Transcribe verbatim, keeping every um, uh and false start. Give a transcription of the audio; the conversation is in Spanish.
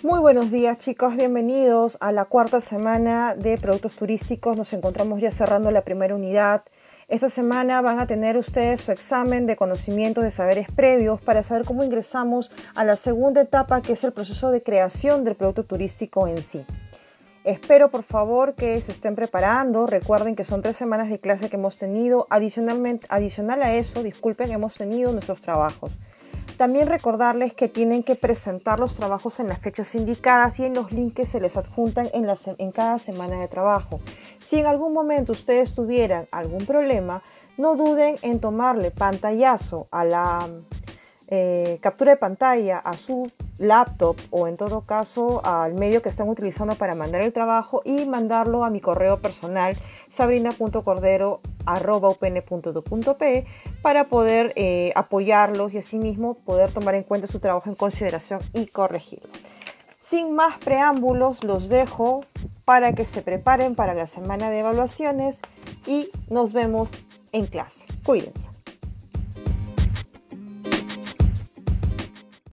Muy buenos días, chicos, bienvenidos a la cuarta semana de productos turísticos. Nos encontramos ya cerrando la primera unidad. Esta semana van a tener ustedes su examen de conocimientos de saberes previos para saber cómo ingresamos a la segunda etapa, que es el proceso de creación del producto turístico en sí. Espero por favor que se estén preparando. Recuerden que son tres semanas de clase que hemos tenido. Adicionalmente, adicional a eso, disculpen, hemos tenido nuestros trabajos. También recordarles que tienen que presentar los trabajos en las fechas indicadas y en los links que se les adjuntan en, la, en cada semana de trabajo. Si en algún momento ustedes tuvieran algún problema, no duden en tomarle pantallazo a la eh, captura de pantalla a su laptop o en todo caso al medio que están utilizando para mandar el trabajo y mandarlo a mi correo personal sabrina punto cordero arroba u p n punto e d u punto p para poder eh, apoyarlos y asimismo poder tomar en cuenta su trabajo en consideración y corregirlo. Sin más preámbulos, los dejo para que se preparen para la semana de evaluaciones y nos vemos en clase. Cuídense.